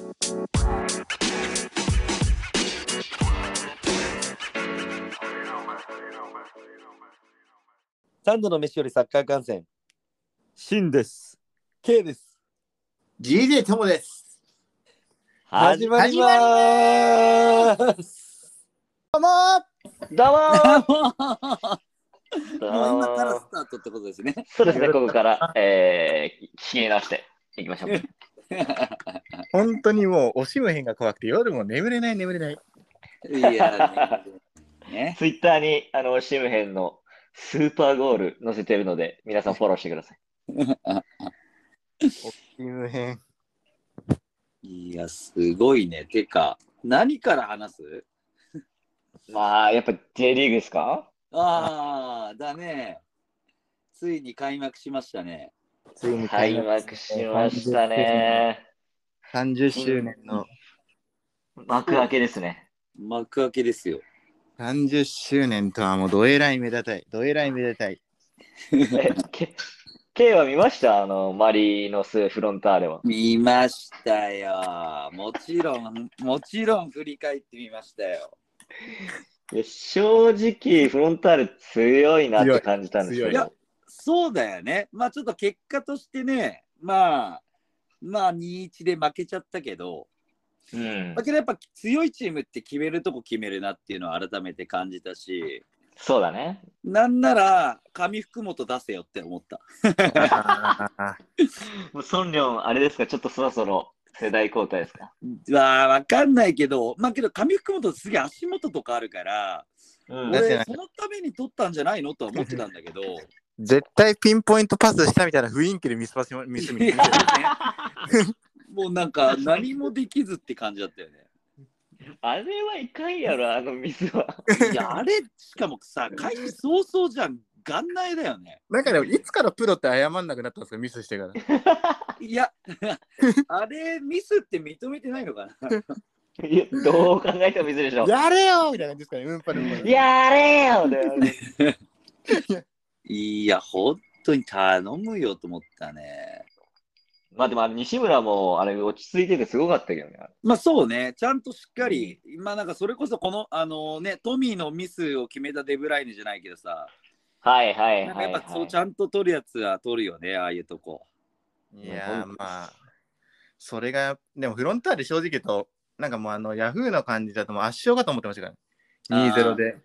三度の飯よりサッカー観戦、 シンです。 K です。 GJ ともです。 始まりまーす。 どうもどうもーもう今からスタートってことですね。 そうですね、ここから、聞き直していきましょう。 本当にもう、おしむへんが怖くて、夜も眠れない。 いやね、ツイッターに、シムヘンのスーパーゴール載せてるので、皆さんフォローしてください。 おしむへん。 いや、すごいね。てか、何から話す？ まあ、やっぱ J リーグですか？ ああ、だね。ついに開幕しましたね。 ついに開幕しましたね。 30周年の幕開けですね。 幕開けですよ。 30周年とはもうどえらいめでたい。 K は見ました？マリノスフロンターレは。 見ましたよ。もちろん振り返ってみましたよ。 いや正直、フロンターレ強いなって感じたんですけど。 いや、そうだよね。まあちょっと結果としてね、まあ2-1で負けちゃったけど、だけどやっぱ強いチームって決めるとこ決めるなっていうのを改めて感じたし、 そうだね。 なんなら上福本出せよって思った。 もうソンリョンあれですか、ちょっとそろそろ世代交代ですか？ わかんないけど、まあけど上福本すげえ足元とかあるから、俺そのために取ったんじゃないのとは思ってたんだけど。 絶対ピンポイントパスしたみたいな雰囲気でミス見てるね。 もうなんか何もできずって感じだったよね。 あれはいかんやろ、あのミスは。 いや、あれしかもさ、開始早々じゃん、元内だよね。 なんかでもいつからプロって謝んなくなったんですか、ミスしてから。 いや、あれミスって認めてないのかな。 いや、どう考えてもミスでしょ。 やれよみたいな感じですかね、うんぱる。 やれよだよね。 いや、本当に頼むよと思ったね。 まあでも西村もあれ落ち着いててすごかったけどね。 まあそうね、ちゃんとしっかり、まあなんかそれこそこのトミーのミスを決めたデブライネじゃないけどさ、 はい、 なんかやっぱそうちゃんと取るやつは取るよね、ああいうとこ。 いやまあそれがでもフロンターレ正直言うとなんかもうヤフーの感じだともう圧勝かと思ってましたからね。2-0で。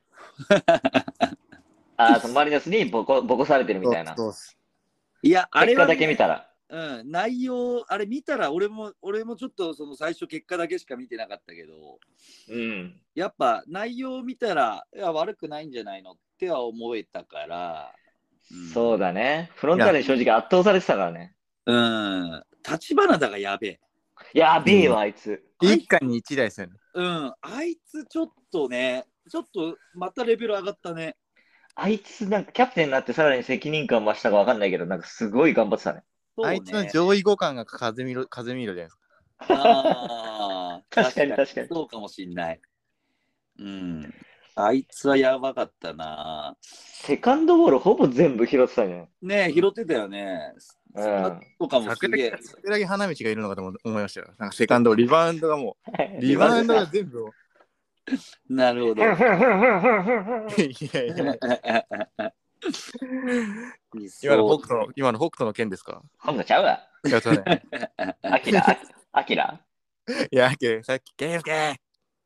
マリノスにボコされてるみたいな。 いや、あれは、ね、 結果だけ見たら。 内容、あれ見たら俺もちょっとその最初結果だけしか見てなかったけど、やっぱ内容を見たらいや悪くないんじゃないのっては思えたから、 そうだね。フロンターレ正直圧倒されてたからね。 立花だがやべえ。 やべえわ、あいつ。 一家に一台ですよね。 あいつちょっとまたレベル上がったね。 あいつなんかキャプテンになってさらに責任感増したかわかんないけど、なんかすごい頑張ってたね。 あいつの上位互換が風見ろじゃないですか。 確かに。 そうかもしんない。あいつはやばかったな。 セカンドボールほぼ全部拾ってたね。 拾ってたよね。そうかもすげえ。 桜木花道がいるのかと思いましたよ。なんかセカンド、リバウンドがもう、リバウンドが全部を。 なるほど。 いや今の北斗の剣ですか？ 北斗ちゃうわ。アキラいや、さっき、ケンスケ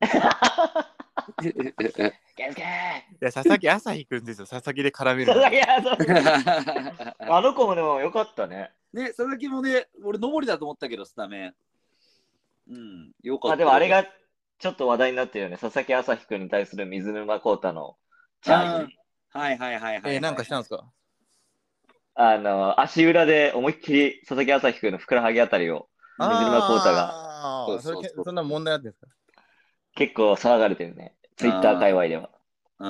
いや、佐々木朝日くんですよ。佐々木で絡める。 あの子もでもよかったね。 佐々木もね、俺、上りだと思ったけど、スタメン。よかった。 でもあれがちょっと話題になってるよね。佐々木朝日くんに対する水沼宏太のチャージ。 はい。 なんかしたんですか？ 足裏で思いっきり佐々木朝日くんのふくらはぎあたりを水沼宏太が。 そんな問題あってんですか？ 結構騒がれてるね。ツイッター界隈では。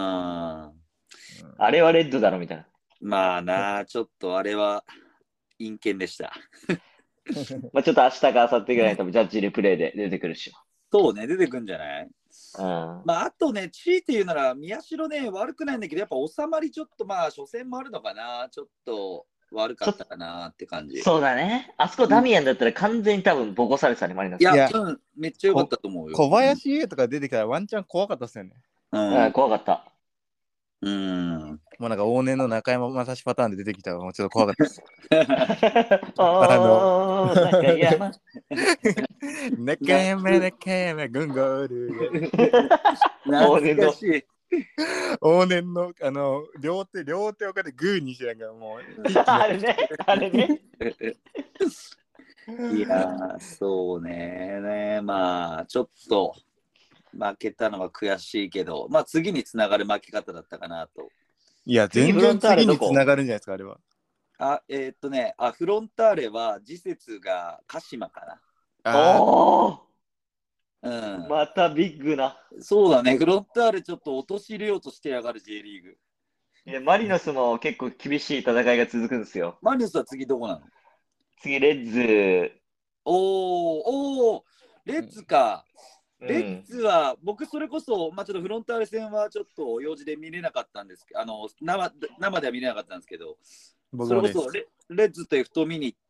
あれはレッドだろみたいな。 まあな、ちょっとあれは陰険でした。 まあちょっと明日か明後日ぐらいに多分ジャッジリプレイで出てくるっしょ。 そうね、出てくんじゃない？あとね、強いて言うなら、宮代ね、悪くないんだけど、やっぱ収まりちょっと初戦もあるのかな、ちょっと悪かったかなって感じ。 そうだね。あそこダミアンだったら完全に多分ボコされてたね、マリノス。 いや、 いやめっちゃ良かったと思うよ。 小林優とか出てきたらワンチャン怖かったっすよね。 うん。 怖かった。 うん。 もうなんか往年の中山雅史パターンで出てきたらもうちょっと怖かったです。 おー、中山。 中山グンゴール。 懐かしい。 往年の両手をかけてグーにしてなんかもう。 あれね、あれね。 いやー、そうね。まあ、ちょっと負けたのは悔しいけど、まあ次につながる負け方だったかなと。 いや、全然次につながるんじゃないですか、あれは。 フロンターレは次節が鹿島かおー、 な。うん。 またビッグな。 そうだね、フロンターレちょっと陥れようとしてやがる J リーグ。 いや、マリノスも結構厳しい戦いが続くんですよ。 マリノスは次どこなの？ 次、レッズ。 おー、レッズか。 うんレッズは、僕それこそ、まあちょっとフロンターレ戦はちょっと用事で見れなかったんですけど、生では見れなかったんですけど、 僕もですそれこそレッズと F と見に行って、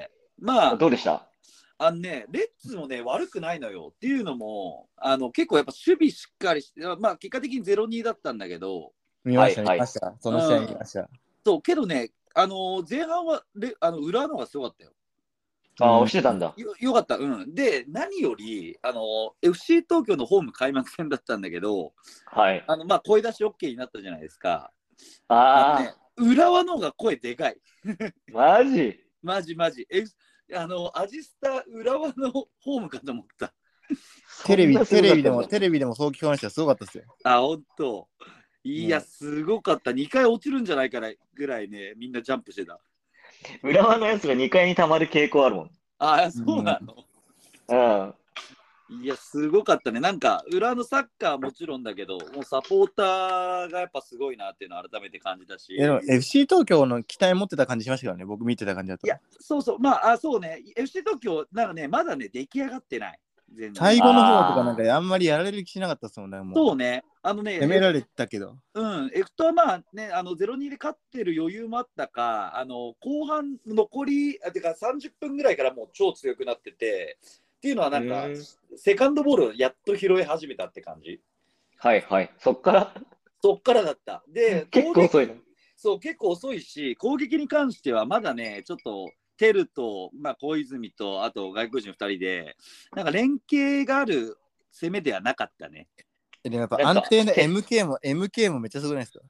まあ、 どうでした？ レッズもね、悪くないのよっていうのも、結構やっぱ守備しっかりして、まあ結果的に 0-2 だったんだけど、 見ました、 はい見ました。その試合見ました。 そう、けどね、前半は裏の方がすごかったよ。 押してたんだ。 よかった。うん。で、何より、FC 東京のホーム開幕戦だったんだけど、 はい。 まあ、声出し OK になったじゃないですか。 あ浦和の方が声でかい。 マジマジ。アジスタ浦和のホームかと思った。 テレビでもそう聞こえました。すごかったですよ。 ほんと。いや、すごかった。2回落ちるんじゃないかなぐらいね、みんなジャンプしてた。 浦和のやつが2階に溜まる傾向あるもん。 そうなの？いや、すごかったね。なんか、裏のサッカーはもちろんだけど、もうサポーターがやっぱすごいなっていうのを改めて感じたし。 でも FC 東京の期待持ってた感じしましたからね、僕見てた感じだと。 いや、そう、そうね、FC 東京、なんかね、まだね、出来上がってない。全然最後の方とかなんかあんまりやられる気しなかったですもんね。もうそうね、 攻められたけど。 F とはまあね、0-2で勝ってる余裕もあったか、後半残り、てか30分ぐらいからもう超強くなってて、っていうのはなんか、セカンドボールをやっと拾い始めたって感じ。 はいはい。そっからだった。で、 結構遅いの。 そう、結構遅いし、攻撃に関してはまだね、ちょっと、テルと、まあ、小泉と、あと外国人2人で、なんか連携がある攻めではなかったね。 でもやっぱ安定の MK もめっちゃすごいですか？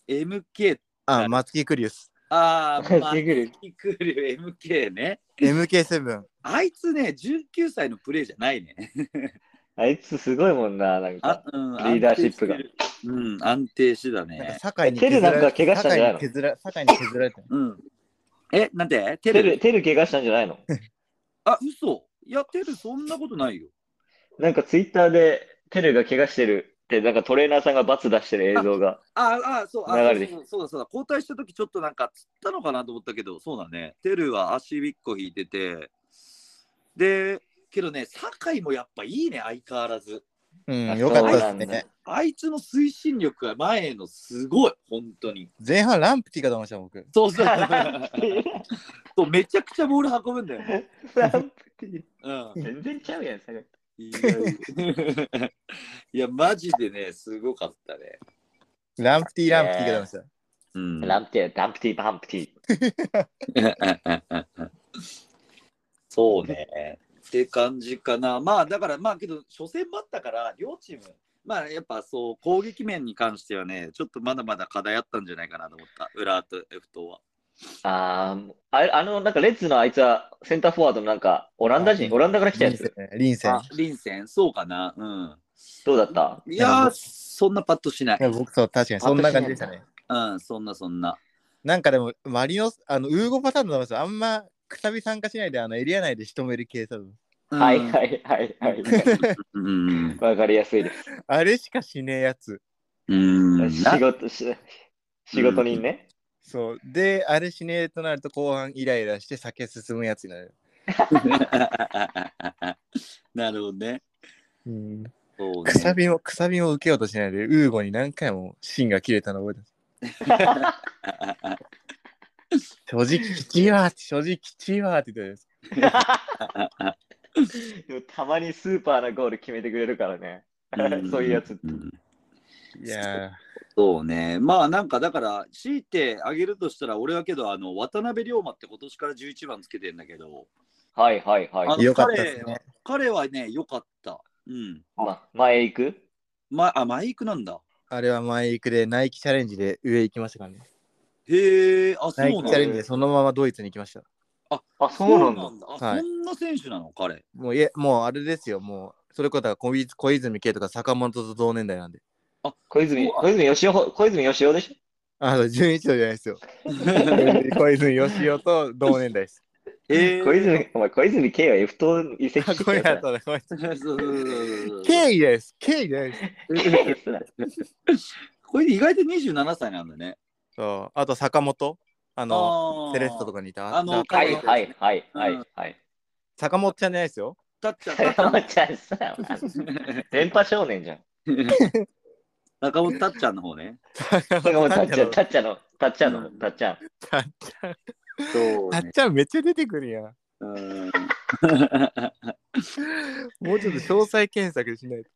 MK。 松木クリウス。 松木クリウス、MK ね。 MK7。 あいつね、19歳のプレーじゃないね。 あいつすごいもんな、なんか、リーダーシップが。 安定してたね。 テルなんか怪我したんじゃないの？ 酒に削られた。 なんでテル怪我したんじゃないの？ 嘘。いや、テルそんなことないよ。 なんかツイッターでテルが怪我してるって、なんかトレーナーさんが罰出してる映像が流れてきて。 そうだ。交代したときちょっとなんかつったのかなと思ったけど、そうだね。テルは足びっこ引いてて、で、けどね、酒井もやっぱいいね、相変わらず。 よかったですね。 あいつの推進力が前へのすごい、本当に。 前半ランプティかと思いました、僕。 そう。そうめちゃくちゃボール運ぶんだよね。 ランプティ。全然ちゃうやん、酒井。 いや、マジでね、すごかったね。 ランプティかと思いました。 ランプティ、バンプティ。 そうね。って感じかな。まあだからけど初戦もあったから両チームやっぱそう攻撃面に関してはねちょっとまだまだ課題あったんじゃないかなと思った浦和と F とは。 なんかレッズのあいつはセンターフォワードのなんかオランダから来たやつ。 リンセンそうかな。 どうだった？ いやそんなパッとしない。 僕そう確かにそんな感じでしたね。 そんな。 なんかでもマリノスウーゴパターンだと思います。あんまくたび参加しないでエリア内で仕留める系さ。 はい。わかりやすいです。 あれしかしねえやつ。 仕事人ね。 そう。で、あれしねえとなると後半イライラして酒進むやつになる。 なるほどね。 くさびも受けようとしないで、ウーゴに何回も芯が切れたの覚えてます。 正直きちいわって言ってるんです。 でもたまにスーパーなゴール決めてくれるからね。そういうやつ。 いやそうね。まあなんかだから強いてあげるとしたら俺はけど渡辺龍馬って今年から11番つけてんだけど、 はいはいはい。 よかったですね。 彼はね良かった。 前行く前行くなんだ。 あれは前行くでナイキチャレンジで上行きましたからね。 へえ、そうナイキなんだ。 チャレンジでそのままドイツに行きました。 そうなんだ。 はいそんな選手なの彼。 もうあれですよ。もうそれこそ小泉慶とか坂本と同年代なんで。 小泉義雄でし純一郎じゃないですよ。小泉義雄と同年代です。 ょ。小泉慶は F と移籍してたよ。 慶です。 これ意外と27歳なんだね。 そうあと坂本セレッソとかにいたはい。 坂本ちゃんじゃないですよ。 たっちゃん坂本ちゃんさ、電波少年じゃん。 坂本たっちゃんの方ね。 坂本たっちゃん。 たっちゃんめっちゃ出てくるやん。もうちょっと詳細検索しないと。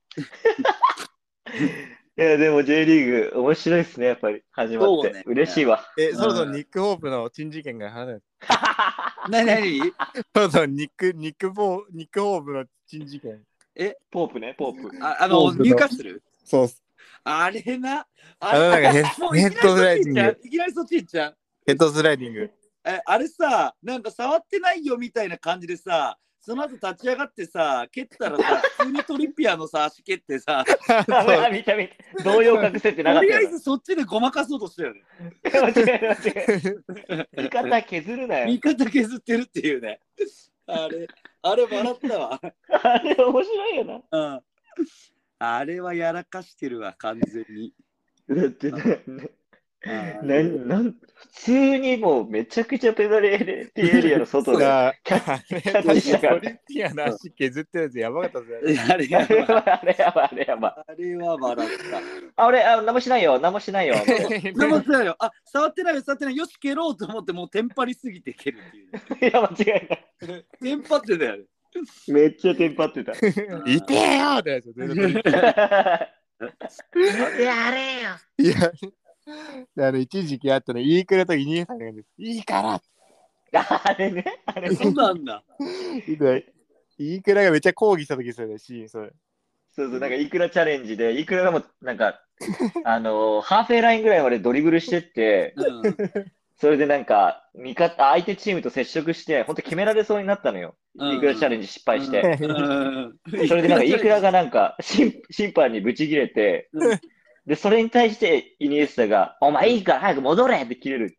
いや、でも J リーグ面白いですね、やっぱり始まって。 ね、 嬉しいわ。 そろそろニック・ホープの珍事件が話何そろそろニック・ホープの珍事件。 ポープね、ポープ。 入荷するそうっす。 あれな。 なんかヘッドスライディング。 いきなりそっち行っちゃう。 ヘッドスライディング。 あれさ、なんか触ってないよみたいな感じでさ、その後立ち上がってさ、蹴ったらさ、普通にトリッピアーのさ、足蹴ってさ、 見た。動揺隠せてなかったよ。 とりあえずそっちでごまかそうとしたよね。 間違い。味方削るなよ。 味方削ってるっていうね。あれ笑ったわ。 あれ面白いよな。 あれはやらかしてるわ、完全に。 だって普通にもうめちゃくちゃペナルティエリアの外でキャッチしたから。トリッピアの足削ってるやつやばかったぜ。 あれやば。 あれは笑った。 何もしないよ。 触ってないよ。触ってない。よし、蹴ろうと思ってもうテンパりすぎて蹴るっていう。 いや、間違いない。 テンパってたよね。 めっちゃテンパってた。 いてえよってやつ。 やれよ。 いや、一時期あったの、イークラとイニエスタがいいからあれね。 そうなんだ。 イークラがめっちゃ抗議した時ですよね、シーン、それ。 そう、なんかイクラチャレンジで、イクラがもうなんか、ハーフウェイラインぐらいまでドリブルしてって、それでなんか、相手チームと接触して、本当決められそうになったのよ。イクラチャレンジ失敗して。それでなんか、イクラがなんか、審判にブチ切れて、で、それに対してイニエスタが、お前いいから早く戻れって切れる。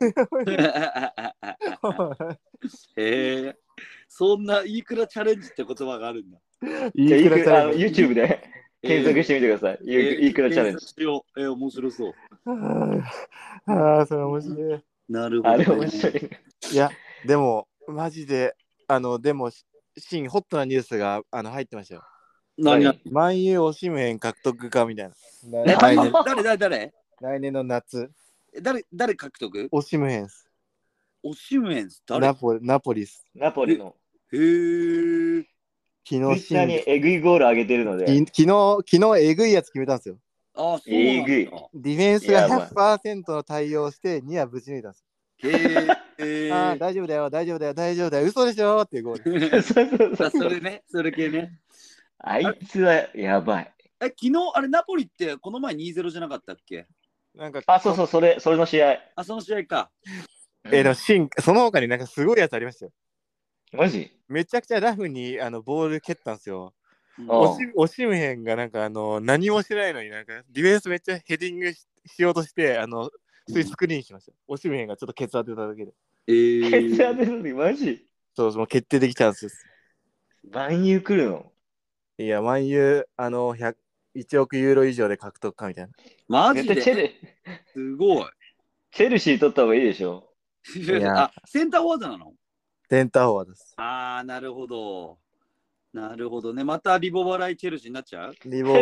そんなイークラチャレンジって言葉があるんだ。 YouTube で検索してみてください。イークラチャレンジ。 面白そう。 それ面白い。 なるほど。 あれ面白い。 いや、でも、マジで、でも、ホットなニュースが入ってましたよ。マンユーオシムヘン獲得かみたいな。 誰来年の夏。 誰獲得？ オシムヘンス。 オシムヘンス誰？ ナポリス。 ナポリの。 へー。 昨日下にエグいゴール上げてるので。 昨日エグいやつ決めたんですよ。 エグい。 ディフェンスが 100% の対応して2はぶち抜いたんです。大丈夫だよ、嘘でしょっていうゴール。 それ系ね。 あいつはやばい。 昨日ナポリってこの前 2-0 じゃなかったっけ？ そう、それの試合。 その試合か。 でもその他になんかすごいやつありましたよ。 マジ？ めちゃくちゃラフにボール蹴ったんですよ。オシムヘンがなんか何もしてないのになんかディフェンスめっちゃヘディング しようとしてスクリーンしました。オシムヘンがちょっとケツ当てただけで。 ケツ当てたのにマジ？ そう、決定的チャンスです。 マンユー来るの？ いや、マンユー1億ユーロ以上で獲得かみたいな。 マジですごい。 チェルシー取った方がいいでしょ。 センターフォワードなの？ センターフォワードです。 なるほど。なるほどね。またリボ払いチェルシーになっちゃう？ リボ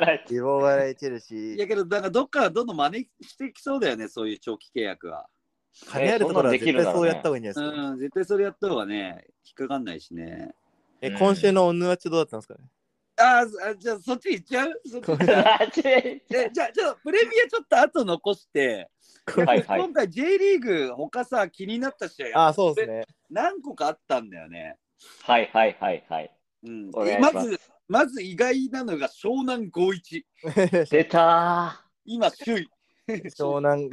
払いチェルシー。 いやけど、だからどっからどんどん真似してきそうだよね、そういう長期契約は。 金あるところは絶対そうやった方がいいんじゃないですか。 うん、絶対それやった方がね、引っかかんないしね。 今週のオヌアチどうだったんですかね。 じゃあそっち行っちゃうそっちじゃあ、ちょっとプレミアちょっと後残して、 はい今回 J リーグ他さ気になった試合そうですね。 何個かあったんだよね。 はいはいはいはい。 うん、 お願いします。 まず意外なのが湘南51。 出た今首位。 湘南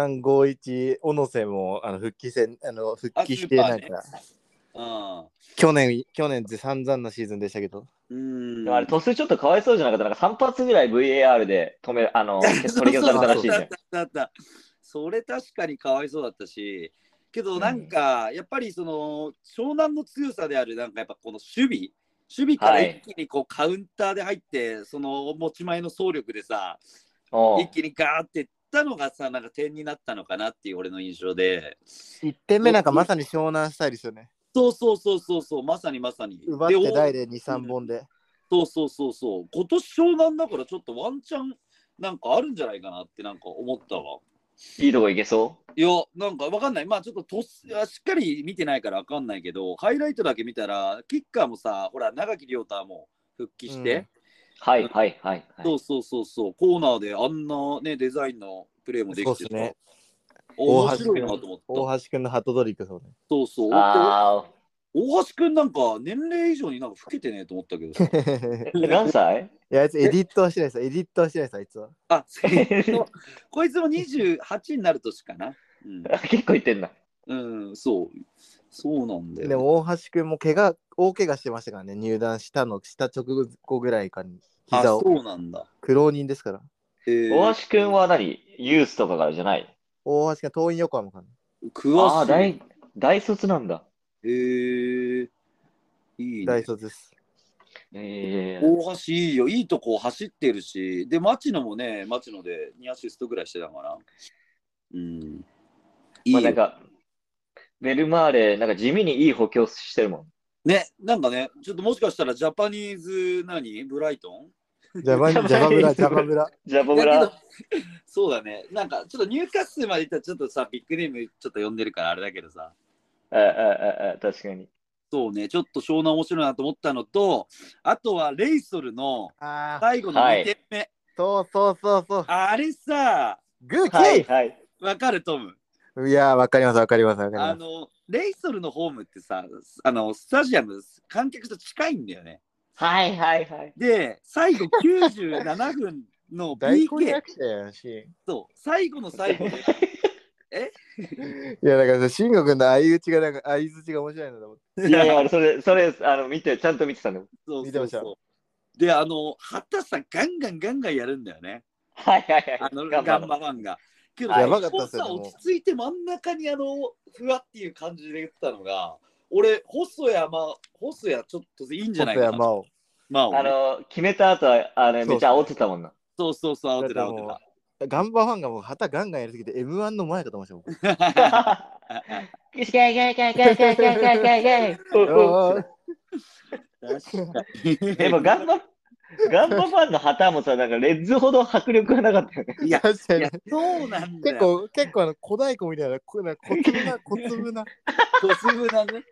51、小野瀬も復帰してなんか、去年で散々なシーズンでしたけど。 あれ、トスちょっとかわいそうじゃなかった。なんか3発ぐらい VAR で取り消されたらしいじゃん。 それ確かにかわいそうだったし、けどなんか、やっぱりその湘南の強さである、なんかやっぱこの守備から一気にこうカウンターで入って、その持ち前の走力でさ、一気にガーっていったのがさ、なんか点になったのかなっていう俺の印象で。 1点目なんかまさに湘南スタイルですよね。 そう、まさに。 奪って台で2、3本で。 そう。今年湘南だからちょっとワンチャンなんかあるんじゃないかなってなんか思ったわ。 いいとこいけそう？ いや、なんかわかんない。まあちょっとしっかり見てないからわかんないけど、ハイライトだけ見たら、キッカーもさ、ほら、長木亮太も復帰して。 はい。そう。 コーナーであんなね、デザインのプレーもできてた。ね。 面白いなと思った。 大橋君のハットトリックそうね。 そう。大橋君なんか年齢以上になんか老けてねえと思ったけどさ。 何歳？ いや、あいつエディットはしてないです、あいつは。 こいつも28になる年かな。 結構いってんな。 そうなんだよ。 でも大橋君も大怪我してましたからね、入団した直後ぐらいかに膝を。 そうなんだ。 苦労人ですから。 大橋君は何？ユースとかからじゃない？ 大橋君は桐蔭横浜かな。 詳しい。 大卒なんだ。 いいね。 大卒です。 大橋いいよ。いいとこ走ってるし、で、町野もね、町野で2アシストぐらいしてたから。 いいよ。なんか、ベルマーレ、なんか地味にいい補強してるもん。 ね、なんかね、ちょっともしかしたらジャパニーズブライトンジャパブラ。 そうだね。なんかちょっと入荷数までいったらちょっとさ、ビッグネームちょっと呼んでるからあれだけどさ。 確かに。 そうね、ちょっと湘南面白いなと思ったのと、あとはレイソルの最後の2点目。 そう。 あれさ、 グーキーわかるトム。 いや、わかります。 レイソルのホームってさ、スタジアム、観客と近いんだよね。で、最後97分の PK。そう、最後の最後で。 いや、だから慎吾君の相づちが面白いなと思って。 いや、それちゃんと見てたんだよ。 見てました。 で、畑さんガンガンやるんだよね。ガンバファンが。けど、落ち着いて真ん中にふわっていう感じで言ったのが、俺、細谷ちょっといいんじゃないかな。 決めた後は、めっちゃ煽ってたもんな。 そう、煽ってた。 ガンバファンがもう旗ガンガンやりすぎて M1 の前かと思いましたでもガンバファンの旗もさ、なんかレッズほど迫力がなかったよね。 いやそうなんだよ。結構小太鼓みたいな、小粒なね。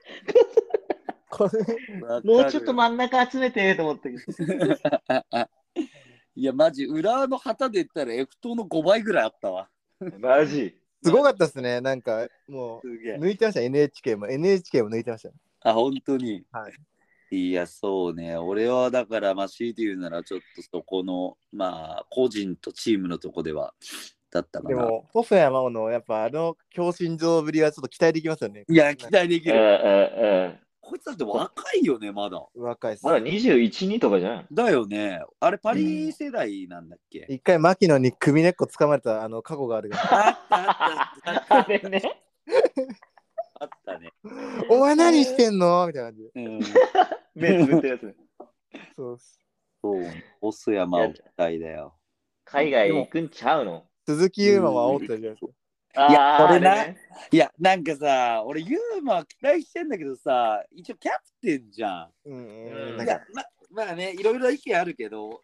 もうちょっと真ん中集めてと思ったけど。 いや、マジ、浦和の旗で言ったら F 棟の5倍ぐらいあったわ。 マジすごかったっすね。なんか、もう、抜いてました。NHK も抜いてました。 あ、本当に。 はい。 いや、そうね。俺はだから、強いて言うなら、ちょっとそこの、個人とチームのとこでは、だったかな。 でも、細谷真央の、やっぱ強心臓ぶりはちょっと期待できますよね。 いや、期待できる。こいつだって若いよね、まだ。 若いっす。 まだ21、2とかじゃない？ だよね。あれ、パリ世代なんだっけ？ 一回、牧野に首根っこ掴まれた過去があるから。 あったね。あったね。 お前何してんのみたいな感じで。 目つぶってるやつ。 そう。細山を期待だよ。 海外行くんちゃうの？ 鈴木優馬は煽ってるじゃないですか。 いや、なんかさ、俺、ユーマ期待してんだけどさ、一応キャプテンじゃん。いや、まあね、いろいろ意見あるけど、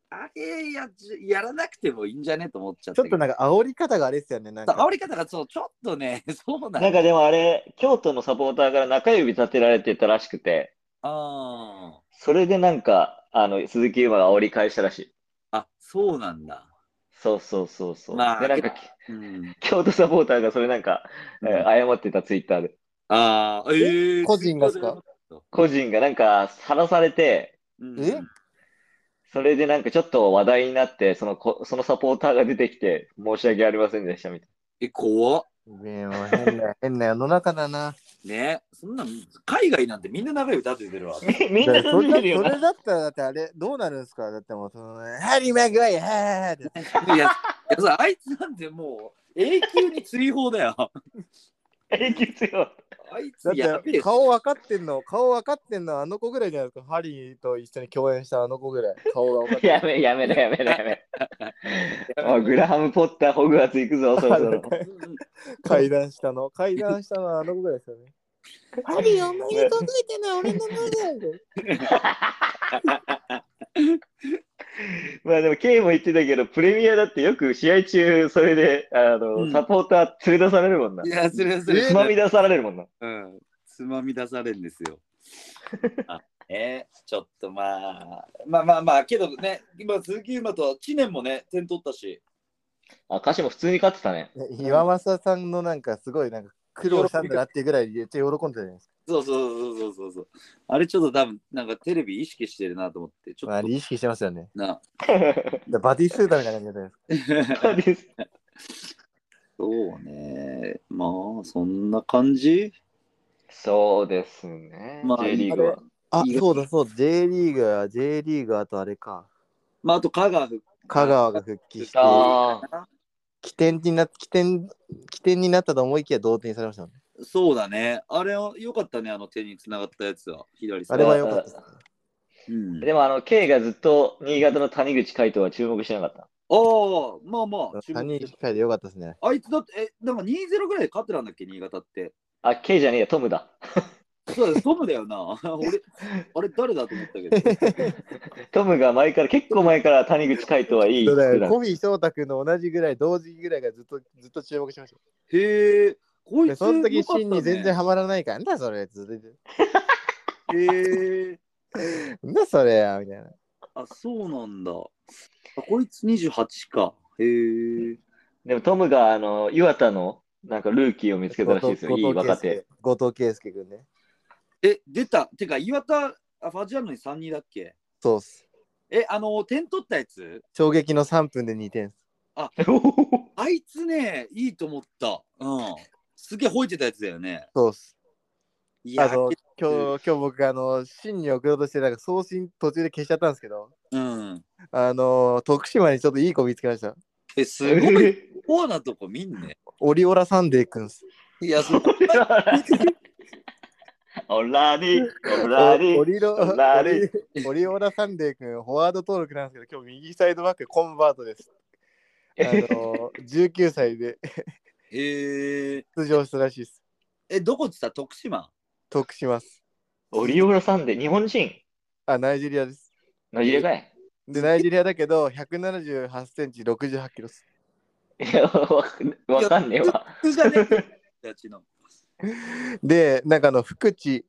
あれやらなくてもいいんじゃねと思っちゃっちょったけど。 となんか煽り方があれですよね。なんか煽り方がそうちょっとね、そうなんだ。 なんかでもあれ、京都のサポーターから中指立てられてたらしくて、 あそれでなんか、鈴木優馬が煽り返したらしい。 あ、そうなんだ。 そうそうそうそう。 まあで、なんか、 うん、 京都サポーターがそれなんか、謝ってたツイッターで。 ああ、 個人がですか？ 個人がなんか、話されて、 えそれでなんかちょっと話題になって、そのサポーターが出てきて、申し訳ありませんでしたみたい怖っ。 もう変な世の中だな。 ね、そんなん海外なんてみんな長い歌っててるわ。 な。みんなそれ立ててるよな。 だったらだってあれどうなるんですか？だってもうハリー・マグワイアはーっていやさ、あいつなんてもう永久に追放だよ。 永久強あいだつやべえ。 って顔分かってんのあの子ぐらいじゃないですか。ハリーと一緒に共演したあの子ぐらい顔が分かってる。 やめろ。おいグラハム・ポッター、ホグワーツ行くぞ、そろそろ。 階段したのはあの子ぐらいですよね。ハリーお前に届いてない俺の名前。 まあでも、ケイも言ってたけど、プレミアだってよく試合中、それで、サポーター連れ出されるもんな。 いや、それつまみ出されるもんな。 うん、つまみ出されるんですよ。ちょっとまあ、けどね、今、鈴木優馬と知念もね、点取ったし。 歌詞も普通に勝ってたね。 岩政さんのなんかすごいなんか苦労したんだなっていうぐらいめっちゃ喜んでたじゃないですか。 そう。あれちょっと多分、なんかテレビ意識してるなと思って、ちょっと。 あれ意識してますよね。 なバディスータみたいな感じじゃないですか。 そうね。まあ、そんな感じ。 そうですね。 まあ J リーグは。 そう、J リーグ、あとあれか。 まあ、あと香川が復帰して、 ああ。 起点になったと思いきや同点にされましたね。 そうだね。あれは良かったね、あの手につながったやつは。左あれは良かったですね。 でも、K がずっと新潟の谷口海斗は注目してなかった。 ああ、まあ。 谷口海斗良かったですね。 あいつだって、なんか 2-0 ぐらいで勝ってたんだっけ、新潟って。 K じゃねえや、トムだ。 そうだ、トムだよな。俺、あれ誰だと思ったけど。 トムが結構前から谷口海斗はいい。 コフィ翔太君の同じぐらい、同時ぐらいがずっと注目しました。 へえ、こいつ、 その時、芯に全然ハマらないから、なんだそれ、続いて。 へえ。 なんだそれや、みたいな。 あ、そうなんだ。こいつ28か。へえ。 でもトムが岩田のなんかルーキーを見つけたらしいですよ。いい若手。 後藤圭介君ね。 出た。てか、岩田、ファジアーノに3-2だっけ？ そうっす。 点取ったやつ？ 衝撃の3分で2点。 あいつね、いいと思った。うん。すげえ吠えてたやつだよね。 そうっす。 いや、 今日僕芯に送ろうとしてなんか送信途中で消しちゃったんですけど、 うん。 徳島にちょっといい子見つけました。 すごいコアなとこ見んね。 オリオラサンデーくんす。 いや、そう。 オラリオリオラサンデーくん、フォワード登録なんですけど、今日右サイドバックコンバートです。19歳で出場したらしいです。 どこって言った？徳島っす。 オリオラさんで日本人？ ナイジェリアです。 ナイジェリアかい？ で、ナイジェリアだけど、178センチ、68キロです。 いや、わかんねえわ。 で、なんか福知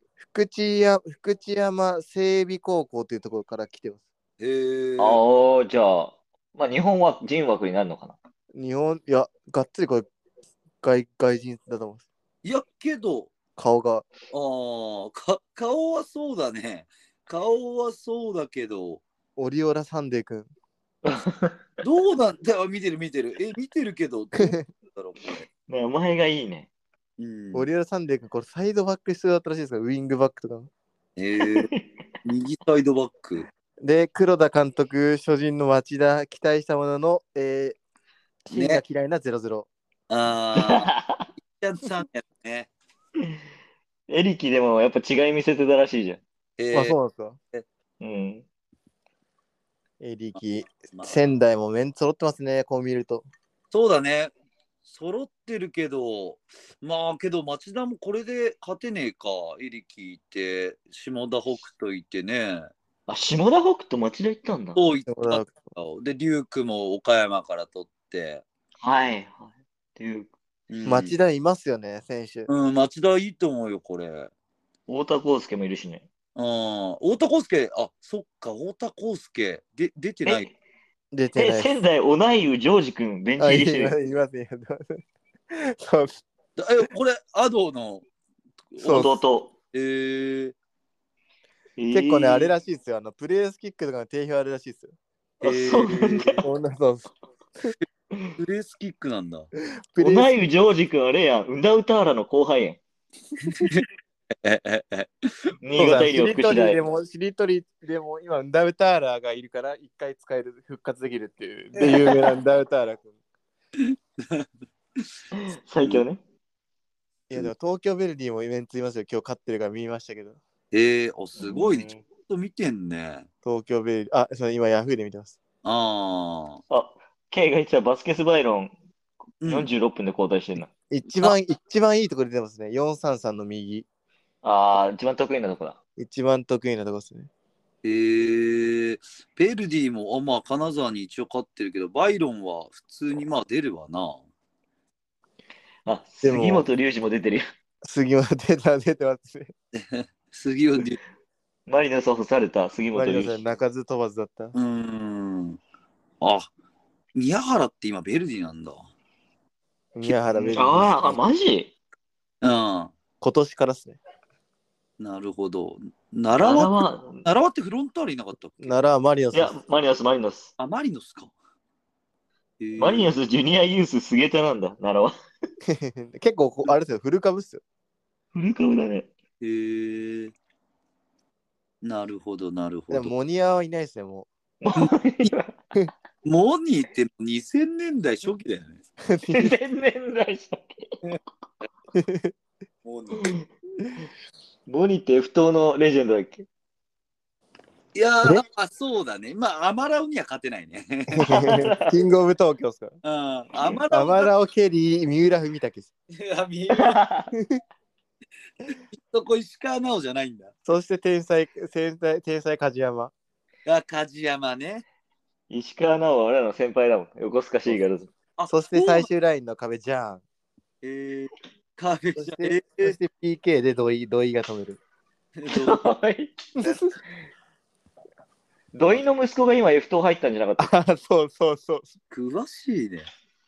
山整備高校というところから来てます。 じゃあ、まあ日本は人枠になるのかな？ いや、がっつりこれ外人だと思います。 いや、けど、 顔が。 顔はそうだね。顔はそうだけど。 オリオラサンデーくん。 どうなんだよ、見てる。見てるけど。 名前がいいね。 オリオラサンデーくん、これサイドバック必要だったらしいですから、ウィングバックとか。 右サイドバック。 で、黒田監督、初陣の町田、期待したものの、芯が嫌いな0-0。 ちゃんさんやね。 エリキでもやっぱ違い見せてたらしいじゃん。 そうなんですか。エリキ、仙台もメンツ揃ってますね、こう見ると。 そうだね。揃ってるけど、けど町田もこれで勝てねえか。エリキいて、下田北斗いてね。 下田北斗町田行ったんだ。 そう行った。 で、デュークも岡山から取って。 はい。デューク。 町田いますよね、選手。 町田いいと思うよ、これ。 太田康介もいるしね。 太田康介、そっか、太田康介、出てない。 出てない。 仙台、小内湯ジョージ君、ベンチ入りしてる。 いますね。そう。 これ、アドの弟。 結構ね、あれらしいですよ。プレースキックとかの定評あるらしいですよ。 そうプレースキックなんだ。 小内湯ジョージ君、あれやん。ウダウターラの後輩やん。新潟医療福祉大。 しりとりでも今、ウダウターラがいるから一回使える、復活できるっていう。で、有名なウダウターラ君。 最強ね。 いや、でも東京ヴェルディもイベントいますよ。今日勝ってるから見ましたけど。 すごいね。ちょっと見てんね。 東京ヴェルディ。今ヤフーで見てます。 K が言ってたバスケスバイロン46分で交代してるな。 一番いいところ出てますね。433の右。 一番得意なとこだ。 一番得意なとこですね。 ベルディも、金沢に一応勝ってるけど、バイロンは普通に出るわな。 杉本龍二も出てるよ。 杉本出てますね。 杉本龍マリノスを干された杉本龍二。 鳴かず飛ばずだった。 宮原って今ベルディなんだ。 宮原ベルディ。 マジ？ 今年からですね。 なるほど。奈良はってフロンターレいなかったっけ？ 奈良はマリノス。 いや、マリノス。 マリノスか。 マリノスジュニアユース菅田なんだ、奈良は。 結構、あれですよ、フル株っすよ。 フル株だね。 なるほど。 でも、モニアはいないですね、もう。 モニーって2000年代初期だよね。 2000年代初期。モニーって不当のレジェンドだっけ？ いやそうだね。アマラオには勝てないね。 キングオブ東京っすか？ アマラオケリー、三浦文武です。 そこ石川直じゃないんだ。 そして天才梶山。 梶山ね。 石川直は俺らの先輩だもん。横須賀シーガルズ。 そして最終ラインの壁じゃん。 壁じゃん。 そして PK で土井が止める。 土井の息子が今 F 党入ったんじゃなかったっけ？ そう。 詳しいね。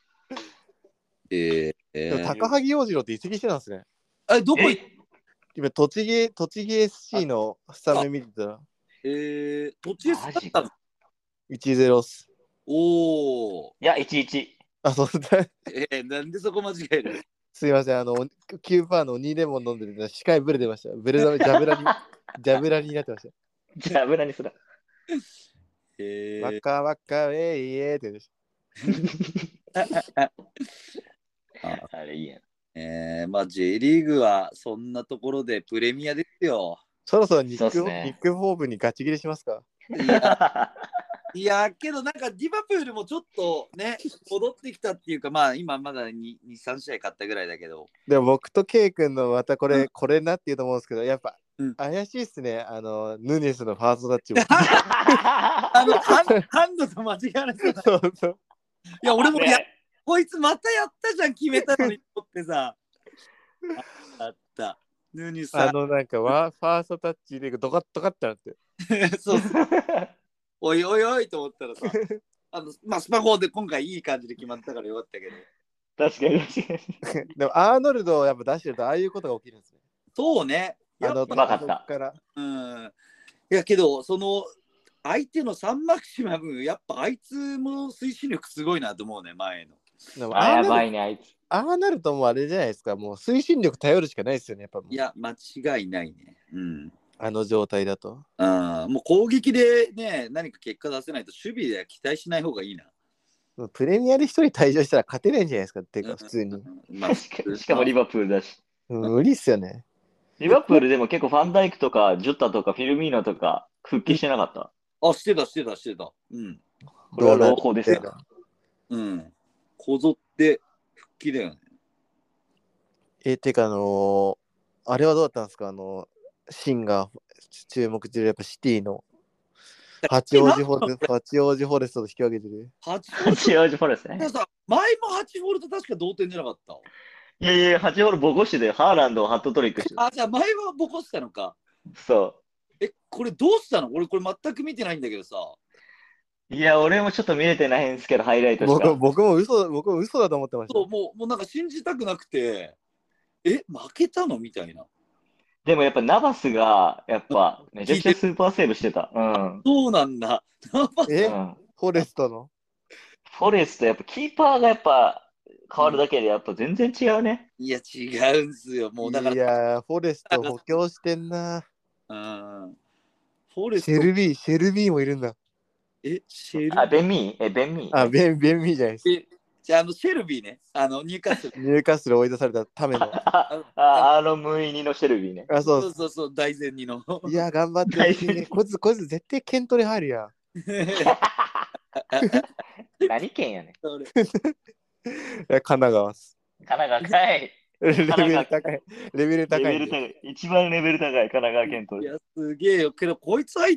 高萩洋次郎って移籍してたんですね。 どこ今栃木 SC のスタメン見てたら。 栃木 SC だったの？ 1-0 っす。 いや、1-1。 そうだ。 なんでそこ間違える？ すいません、9% の2レモン飲んでる視界ブレてました。ブレダメ、ジャブラになってました。 ジャブラにすら。 ワカワカウェイエーって言ってあれいいや。 J リーグはそんなところでプレミアですよ。 そろそろニック・フォーブにガチ切れしますか？ いやけどなんかリバプールもちょっとね戻ってきたっていうか今まだ2、3試合勝ったぐらいだけど。 でも僕とケイ君のまたこれなっていうと思うんですけど、やっぱ怪しいっすね。ヌネスのファーストタッチも。 ハンドと間違われてた。そう。いや俺もこいつまたやったじゃん決めたのにとってさ。あった。ヌネスさん。 なんかファーストタッチでドカッってなって。 そう。おいと思ったらさ、スパ4で今回いい感じで決まったからよかったけど。 確かに。 でもアーノルドをやっぱ出してるとああいうことが起きるんですね。 そうね。 分かった。 いやけどその相手のサンマキシマムやっぱあいつも推進力すごいなと思うね前の。 やばいねあいつ。 ああなるともうあれじゃないですか、もう推進力頼るしかないですよねやっぱ。 いや間違いないね。 あの状態だと。 もう攻撃でね何か結果出せないと守備では期待しない方がいいな。 プレミアで一人退場したら勝てないんじゃないですかっていうか普通に。 しかもリバプールだし。 無理っすよね。 リバプールでも結構ファンダイクとかジョッタとかフィルミーナとか復帰してなかった？ してた。 これは朗報ですか？ こぞって復帰だよね。 てかあれはどうだったんですか？シンが注目してるやっぱシティの八王子フォレストと引き分けてる。 八八王子フォレストね。 さ、前も8ホールと確か同点じゃなかった。 いやいや、8ホールボコしてで、ハーランドをハットトリックして。 あ、じゃあ前はボコしたのか。 そう。 これどうしたの？俺これ全く見てないんだけどさ。 いや、俺もちょっと見れてないんですけど、ハイライトしか。 僕も嘘だと思ってました。 そう、もうなんか信じたくなくて、負けたのみたいな。 でもやっぱナバスが、やっぱめちゃくちゃスーパーセーブしてた。うん。 そうなんだ。ナバス、 フォレストのフォレスト、やっぱキーパーがやっぱ変わるだけで、やっぱ全然違うね。 いや、違うんすよ。もうだから。 いや、フォレスト補強してんな。 フォレスト。 シェルビーもいるんだ。 シェルビー。 ベンミーベンミーじゃないです。 じゃあ、シェルビーね。ニューカッスル追い出されたための。 ムイニのシェルビーね。 そう、大前にの。 いや、頑張ってほしいね。こいつ絶対ケントに入るやん。 何県やねん。 神奈川っす。 神奈川かい。 レベル高い。 一番レベル高い、神奈川県と。 いや、すげえよ。けど、こいつ入って、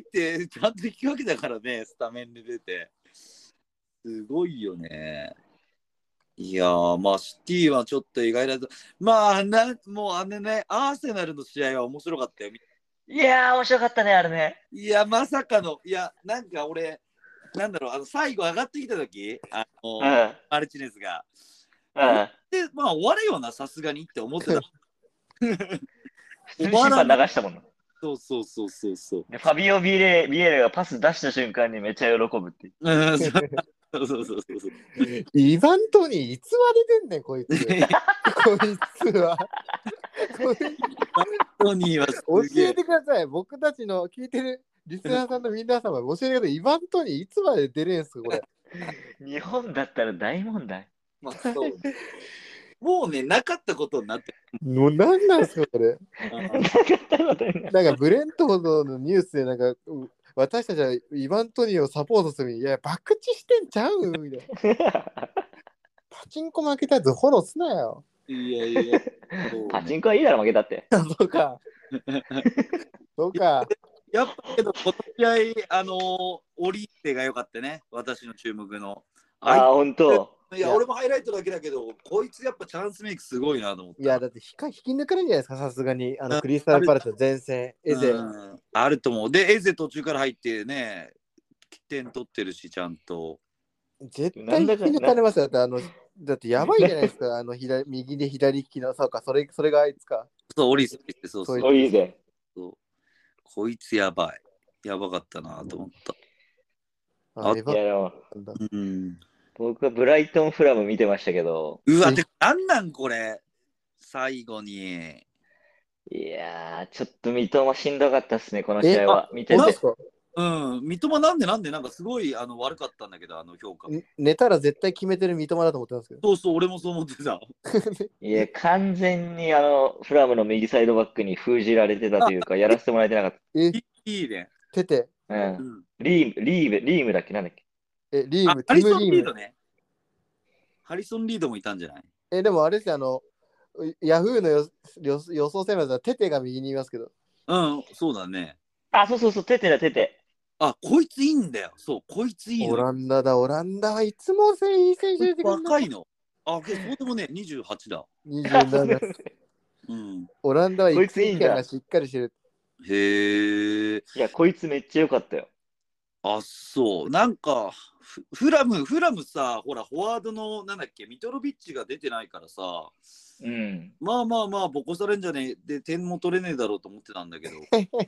ちゃんと引き分けだからね、スタメンで出て。すごいよね。いやー、まあ、シティはちょっと意外だと。まあ、もうアーセナルの試合は面白かったよ。 いやー、面白かったね、あれね。 いや、まさかの、なんか俺、なんだろう、最後上がってきた時マルチネスが。で、まあ、終わるような、さすがにって思ってた。 普通に審判流したもんな。 そう。 ファビオ・ビエレがパス出した瞬間にめっちゃ喜ぶっていう。 そう。 イヴァントニーいつまで出んねん、こいつ。こいつは。 トニーは教えてください。僕たちの聞いてるリスナーさんの皆様、教えてください。イヴァントニーいつまで出れんすか、これ。 日本だったら大問題。 まあ、そうもうね、なかったことになって。 もう何なんすか、これ。なんかブレントフォードのニュースで、なんか、私たちはイヴァントニーをサポートするに、いや、博打してんちゃうみたいな。パチンコ負けたやつフォローすなよ。 いや。 パチンコはいいだろ、負けたって。 そうか。 やっぱけど、この試合、オリーテが良かったね。私の注目の。 ほんと。 いや、俺もハイライトだけだけど、こいつやっぱチャンスメイクすごいなと思って。 いや、だって引き抜かれるんじゃないですか、さすがに。クリスタルパレスの前線、エゼ。 あると思う。で、エゼ途中から入ってね、起点取ってるし、ちゃんと。 絶対引き抜かれますよ。だってやばいじゃないですか、右で左利きの、そうか、それがあいつか。 そう、オリースってそう。 オリーゼ。 こいつやばい。やばかったなと思った。 僕はブライトンフラム見てましたけど。 うわ、なんなんこれ。最後に。 いやー、ちょっと三笘しんどかったっすね、この試合は。見てて。 三笘なんでなんかすごい悪かったんだけど、評価。 寝たら絶対決めてる三笘だと思ってますけど。 そう、俺もそう思ってた。 いや、完全にフラムの右サイドバックに封じられてたというか、やらせてもらえてなかった。 いいね。 テテ。 リームだっけ、なんだっけ。 リーム、 ハリソン・リードね。ハリソン・リードもいたんじゃない？ でもあれですよ、ヤフーの予想戦略はテテが右にいますけど。 そうだね。 そう、テテ。 こいついいんだよ。そう、こいついいの。 オランダはいつもいい選手出てくる。 若いの。そうでもね、28だ。 27。オランダは育成権がしっかりしてる。 へえ。 いや、こいつめっちゃ良かったよ。 そう。なんか、フラムさ、ほら、フォワードの、なんだっけ、ミトロビッチが出てないからさ、まあ、ボコされんじゃねえ、で、点も取れねえだろうと思ってたんだけど。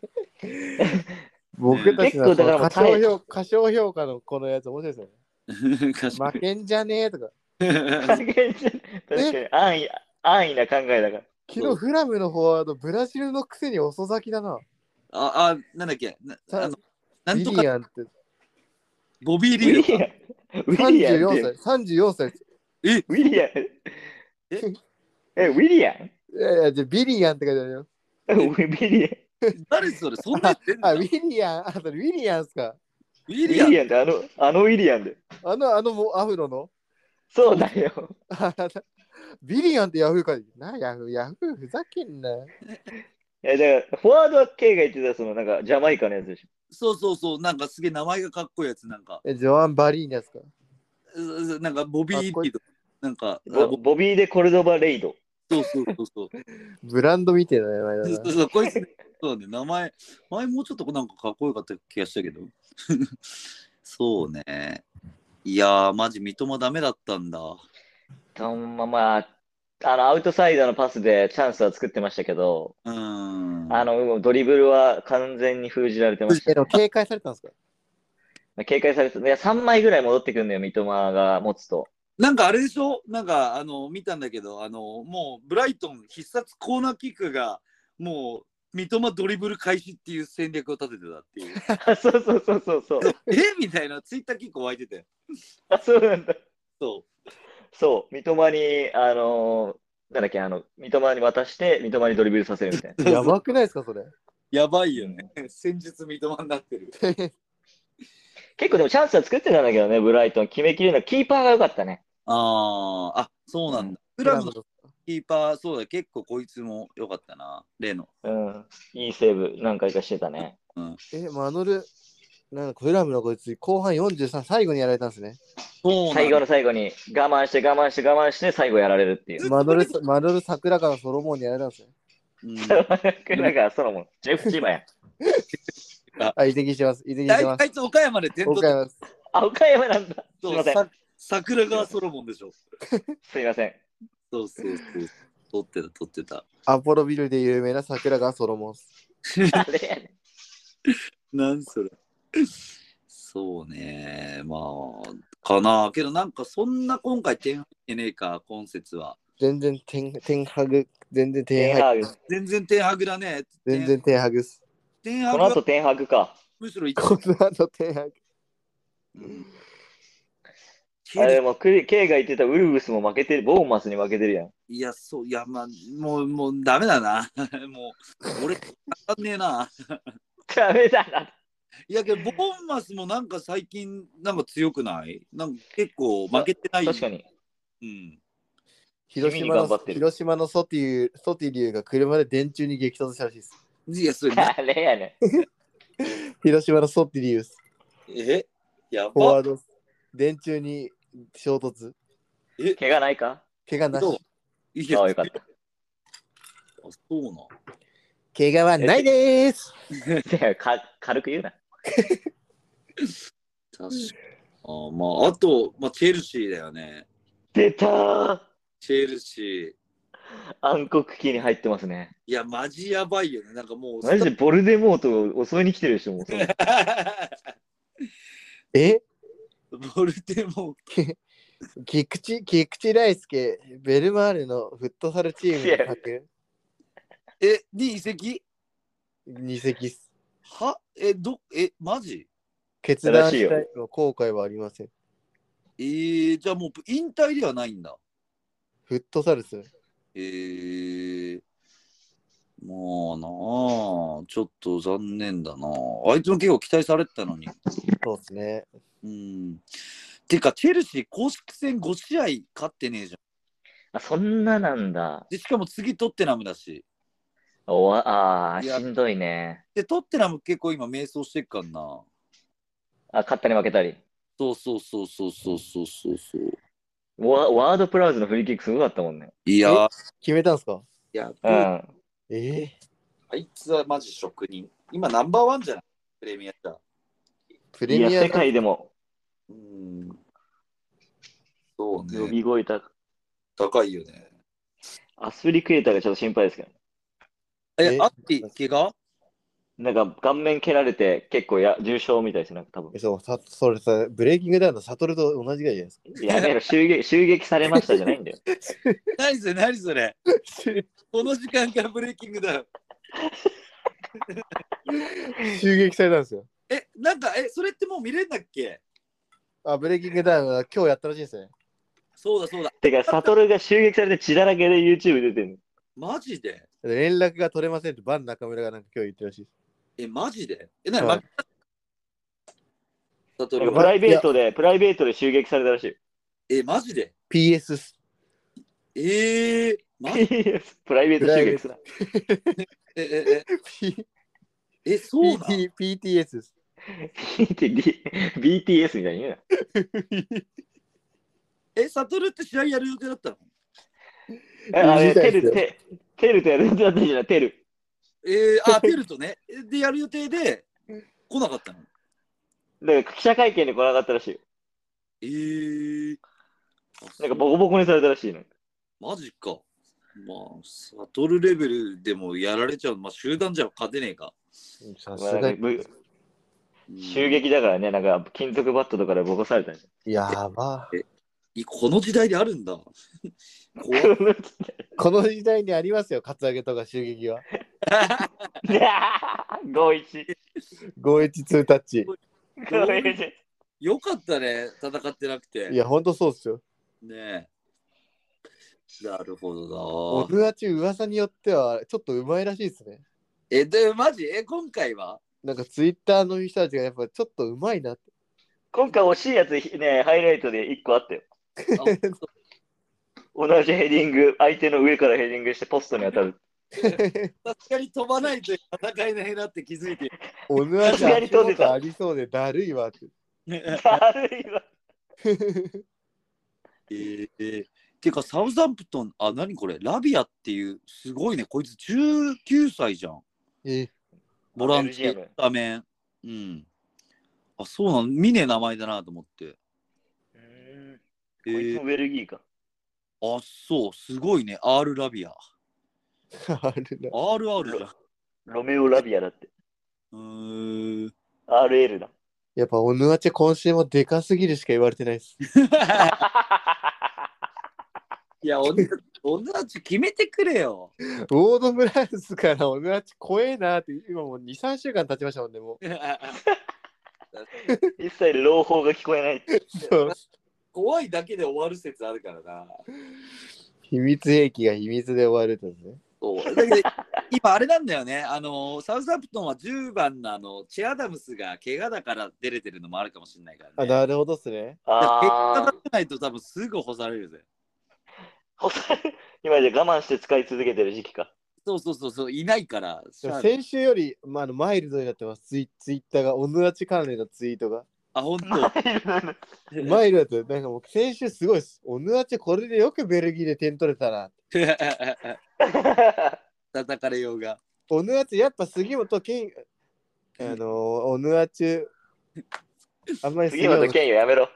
僕たちの過小評価のこのやつ面白いですよね。負けんじゃねえとか。 確かに安易な考えだから。 昨日フラムのフォワード、ブラジルのくせに遅咲きだな。 なんだっけ、 なんとか。 ボビー・リーダー。 34歳。 ウィリアン。ウィリアン？ じゃビリアンって書いてあるよ。 ビリアン。 誰それ、そんなやってんの？ ウィリアン、ウィリアンっすか。 ウィリアンってウィリアンで。 アフロの？ そうだよ。 ビリアンってヤフーか。ヤフーふざけんな。 いや、だから、フォワードは K が言ってた、なんか、ジャマイカのやつでしょ。 そうそうそう、なんかすげえ名前がかっこいいやつ、なんか。 ジョアン・バリーニャスか。 なんかボビー・リード。なんか、 ボビー・でコルドバ・レイド。 そうそうそうそう。 ブランドみたいな名前だな。 そうそう、こいつ、そうね、名前、前もうちょっとなんかかっこよかった気がしたけど。そうね。いやー、マジ、三笘ダメだったんだ。 まあ、アウトサイドのパスでチャンスは作ってましたけど、ドリブルは完全に封じられてましたね。 警戒されたんですか？ 警戒されて、いや、3枚ぐらい戻ってくるんだよ、三笘が持つと。 なんかあれでしょ、なんか見たんだけど、もうブライトン必殺コーナーキックがもう三笘ドリブル開始っていう戦略を立ててたっていう。 そうそうそうそうそう。 みたいなツイッター結構湧いてて。 そうなんだ。 そう。 三笘に、なんだっけ、三笘に渡して、三笘にドリブルさせるみたいな。 やばくないですか、それ。 やばいよね。戦術三笘になってる。 結構でもチャンスは作ってたんだけどね、ブライトン。決めきれない。キーパーが良かったね。 そうなんだ。フラムのキーパー、そうだ、結構こいつも良かったな、例の。 いいセーブ何回かしてたね。 マノル、なんかフラムのこいつ、後半43、最後にやられたんですね。 最後の最後に我慢して我慢して我慢して最後やられるっていう。 マノル桜川ソロモンにやられたんですね。 桜川ソロモン、ジェフチーバや。 移籍してます。移籍してます。 あいつ岡山で点取ってます。 岡山なんだ。すいません。 桜川ソロモンでしょ。 すいません。 そうそうそう。取ってた。 アポロビルで有名な桜川ソロモン。 あれやね。 なんそれ。そうね。まあ、かな。けどなんかそんな今回点入ってねえか、今節は。 全然点ハグ。全然点ハグ。全然点ハグだね。 全然点ハグっす。 この後点ハグか。 むしろこの後点ハグ。 あれもKが言ってたウルブスも負けてる、ボーンマスに負けてるやん。 いや、そう、いや、まあ、もうダメだな。もう、俺、わかんねえな。 ダメだな。 いや、けど、ボーンマスもなんか最近、なんか強くないなんか結構負けてない。 確かに。 広島のソティリュウが車で電柱に激突したらしいです。 いや、それ、 あれやね。 広島のソティリュウ。 やば。 フォワード、電柱に衝突。 怪我ないか？ 怪我なし。 いや、よかった。 そうな。 怪我はないでーす。 軽く言うな。 確かに。まあ、あと、チェルシーだよね。 出たー。 チェルシー。 暗黒期に入ってますね。 いや、マジやばいよね。なんかもう。 マジでボルデモートを襲いに来てるでしょ、もう。 ボルデモート。 菊池大輔、ベルマーレのフットサルチームに書く。 に移籍移籍っす。 マジ決断したいの後悔はありません。 じゃあもう引退ではないんだ。 フットサルっすね。 まあなあ、ちょっと残念だな。あいつも結構期待されてたのに。 そうですね。 てか、チェルシー公式戦5試合勝ってねえじゃん。そんななんだ。 で、しかも次トッテナムだし。 しんどいね。 で、トッテナム結構今迷走してっからな。 勝ったり負けたり。 そう。 ワードプラウズのフリーキックすごかったもんね。 いや、 決めたんすか？ いや、 あいつはマジ職人。今ナンバーワンじゃない？プレミアだ。 いや、世界でも。 そうね。 呼び声高いよね。 アスリクエーターがちょっと心配ですけど。 アッティ、怪我？ なんか顔面蹴られて結構重傷みたいですね、多分。 それさ、ブレイキングダウンのサトルと同じぐらいじゃないですか。やめろ、襲撃されましたじゃないんだよ。 何それこの時間からブレイキングダウン。 襲撃されたんですよ。 それってもう見れんだっけ？ ブレイキングダウンは今日やったらしいですね。 そうだ。 てか、サトルが襲撃されて血だらけで YouTube 出てる。 マジで？ 連絡が取れませんってバン中村がなんか今日言ってるらしいです。 マジで？ プライベートで襲撃されたらしい。マジで？ PS す。 マジでプライベート襲撃すな。 そうなの？ PTS です。 BTS みたいに言うサトルって試合やる予定だったの？ な。あれ、テルとやる予定だったじゃない、テル。 テルとね。で、やる予定で来なかったの？ だから記者会見で来なかったらしいよ。なんかボコボコにされたらしいの。 マジか。まあ、サトルレベルでもやられちゃう。まあ、集団じゃ勝てねえか。 さすがに。 襲撃だからね、なんか金属バットとかでボコされたんじゃん。 やば。 この時代であるんだ。 この時代にありますよ、カツアゲとか襲撃は。 5-1。 5-1-2タッチ。 よかったね、戦ってなくて。 いや、ほんとそうっすよ。 ねえ。なるほどな。 オヌアチ噂によってはちょっとうまいらしいですね。 で、マジ今回はなんかツイッターの人たちがやっぱちょっとうまいなって。 今回惜しいやつね、ハイライトで1個あったよ。同じヘディング、相手の上からヘディングしてポストに当たる。 確かに飛ばないと戦えないなって気づいて。 オヌアチありそうでだるいわって。 だるいわ。 てか、サウザンプトン、何これ、ラビアっていう、すごいね、こいつ19歳じゃん。ボランチスタメン。うん。そうなの、見ねえ名前だなと思って。 こいつもベルギーか。 そう、すごいね、R ラビア。RR だ。 ロメオラビアだって。RL だ。 やっぱオヌアチ今週もでかすぎるしか言われてないです。 いや、オヌアチ決めてくれよ。 オードブラウスからオヌアチ怖えなって、今もう2、3週間経ちましたもんね、もう。 一切朗報が聞こえない。 そう怖いだけで終わる説あるからな。 秘密兵器が秘密で終わるとね。 そうだけど今あれなんだよね。サウスアンプトンは10番のチェアダムスが怪我だから出れてるのもあるかもしれないからね。 なるほどっすね。 結果出せないと多分すぐ干されるぜ。 今じゃ我慢して使い続けてる時期か。 そう、いないから。 先週より、マイルドになってます。ツイッターが、オヌアチ関連のツイートが。 本当。 マイルドって、なんかもう先週すごいです。オヌアチこれでよくベルギーで点取れたな。 叩かれようが。 オヌアチ、やっぱ杉本健、オヌアチ、あんまり杉本健やめろ。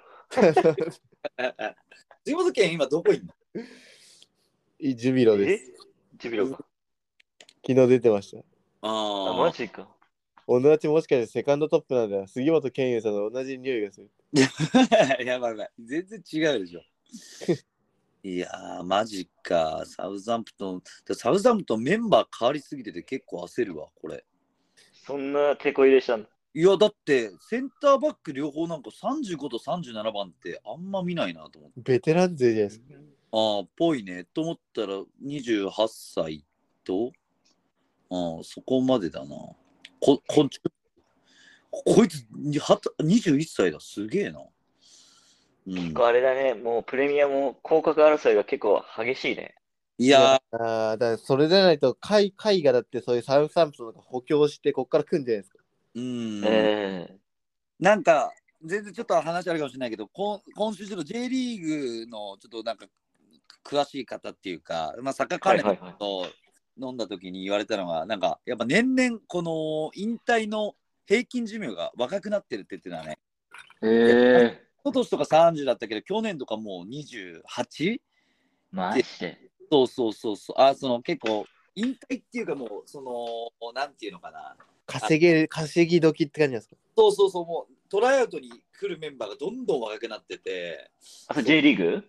杉本健今どこいんの？ ジュビロです。 ジュビロか。 昨日出てました。 マジか。 オヌアチもしかしてセカンドトップなんだ。杉本健佑さんと同じ匂いがする。 やばい。全然違うでしょ。いやー、マジか。サウザンプトンメンバー変わりすぎてて結構焦るわ、これ。 そんな手こ入れしたんだ。 いや、だってセンターバック両方なんか35と37番ってあんま見ないなと思って。 ベテラン勢じゃないですか。 ぽいね。と思ったら28歳と、そこまでだな。こいつ21歳だ。すげえな。 結構あれだね。もうプレミアも降格争いが結構激しいね。 いやだからそれでないと海がだってそういうサウサンプトンとか補強してこっから来るんじゃないですか。 なんか全然ちょっと話あるかもしれないけど、今週ちょっと J リーグのちょっとなんか詳しい方っていうか、サッカー関連と飲んだ時に言われたのが、なんかやっぱ年々この引退の平均寿命が若くなってるって言ってたね。今年とか30だったけど、去年とかもう 28？ マジで。 そう。その結構引退っていうかもうなんていうのかな。 稼ぎ時って感じなんですか？ そう、もうトライアウトに来るメンバーがどんどん若くなってて。 J リーグ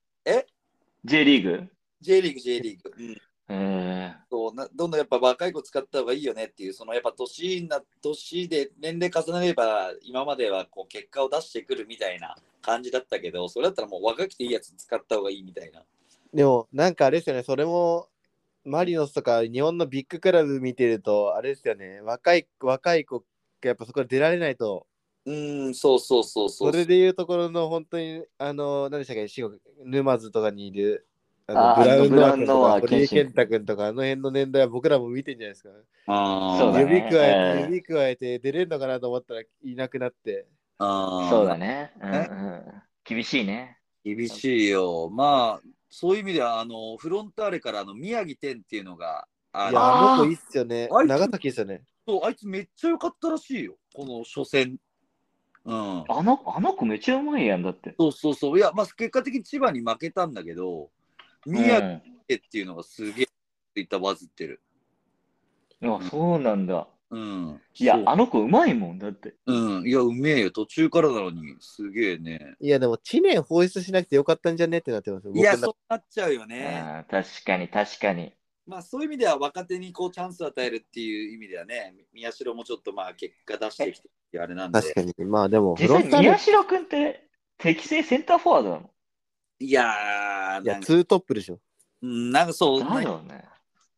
？J リーグ？ J リーグ。そうどんどんやっぱ若い子使った方がいいよねっていう、やっぱ年で年齢重ねれば今まではこう結果を出してくるみたいな感じだったけど、それだったらもう若くていいやつ使った方がいいみたいな。 でもなんかあれですよね、それもマリノスとか日本のビッグクラブ見てるとあれですよね、若い子がやっぱそこで出られないと。 そう。 それでいうところの本当に何でしたっけ、沼津とかにいるブラウンノア君とか、 ブラウンノア堀江健太君とか、あの辺の年代は僕らも見てんじゃないですか。 そうだね指くわえて出れるのかなと思ったらいなくなって。 そうだね。厳しいね。 厳しいよ。まあ、そういう意味では、フロンターレから宮城天っていうのが、 いや、あの子いいっすよね。長崎ですよね。 そう、あいつめっちゃ良かったらしいよ。この初戦。 あの子めっちゃうまいやんだって。 そう。いや、まあ、結果的に千葉に負けたんだけど、宮城っていうのがすげえバズってる。 いや、そうなんだ。いや、あの子うまいもんだって。 いや、うめえよ。途中からなのに、すげえね。 いや、でも、知念放出しなくてよかったんじゃねってなってますよ。 いや、そうなっちゃうよね。 確かに。 まあ、そういう意味では若手にこうチャンスを与えるっていう意味ではね、宮代もちょっとまあ結果出してきてってあれなんで。 確かに。まあでも、 実際宮代君って適正センターフォワードなの？ いやー、ツートップでしょ。 なんかそう。 だよね。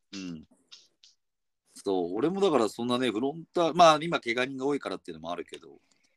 そう、俺もだからそんなね、フロンター、まあ今怪我人が多いからっていうのもあるけど。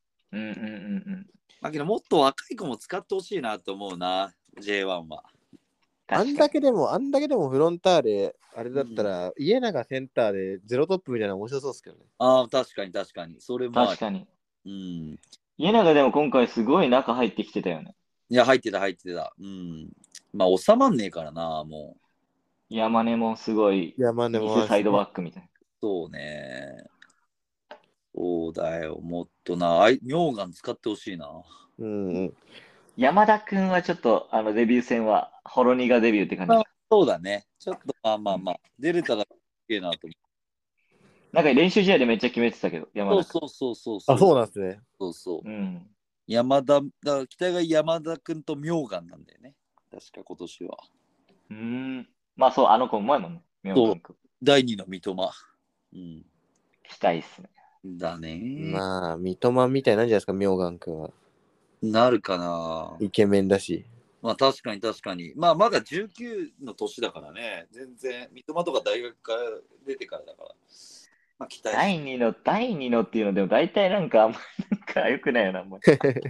まあけどもっと若い子も使ってほしいなと思うな、J1 は。 あんだけでもフロンターレ、あれだったら、家長センターでゼロトップみたいな面白そうですけどね。 確かに。それも確かに。家長でも今回すごい中入ってきてたよね。 いや、入ってた。まあ、収まんねえからな、もう。 山根もすごい、偽サイドバックみたいな。 そうね。そうだよ、もっとな。明眼使ってほしいな。 山田君はちょっと、デビュー戦は、ホロニガデビューって感じ。 そうだね。ちょっと、まあ、出れたらすげえなと思う。 なんか練習試合でめっちゃ決めてたけど、山田君。そう。 あ、そうなんですね。 そう。山田、だから期待が山田君と明眼なんだよね。確か今年は。 まあそう、あの子うまいもんね。明眼君。 第2の三笘。 期待っすね。 だね。 まあ、三笘みたいなんじゃないですか、明眼君は。 なるかな。 イケメンだし。 まあ確かに。まあまだ19の年だからね。全然、三笘とか大学から出てからだから。まあ期待第2のっていうのでも大体なんかあんまりなんか良くないよな、もう。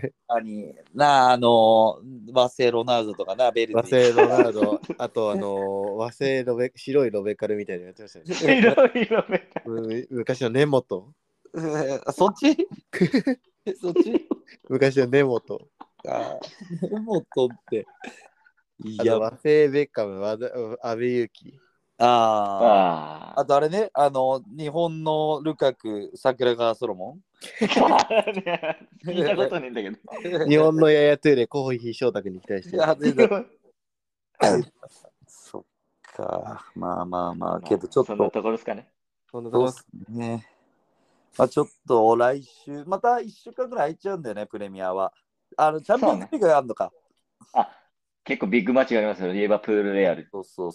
和製ロナウドとかな、ベルディ。 和製ロナウド、あと和製白いロベカルみたいなのやってましたね。 白いロベカル。昔の根本。 そっち昔の根本。 根本って。 いや、和製ベッカム、阿部勇樹。 あとあれね、日本のルカク、桜川ソロモン聞いたことねえんだけど。 日本のヤヤトゥーレ、コーヒー翔太君に期待してる。 そっか。まあ、けどちょっと。 そんなところですかね。 そんなところですね。まあちょっと来週、また1週間ぐらい空いちゃうんだよね、プレミアは。チャンピオンズリーグがあるのか。 結構ビッグマッチがありますよ、リーバプールレアル。 そう。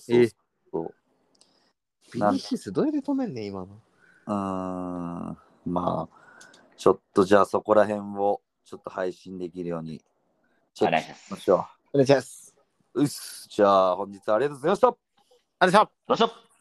ビニシスどうやって止めんねん、今の。 まあ、ちょっとじゃあそこら辺をちょっと配信できるようにチェックしましょう。 お願いします。 じゃあ本日はありがとうございました。 ありがとうございました。 どうしよ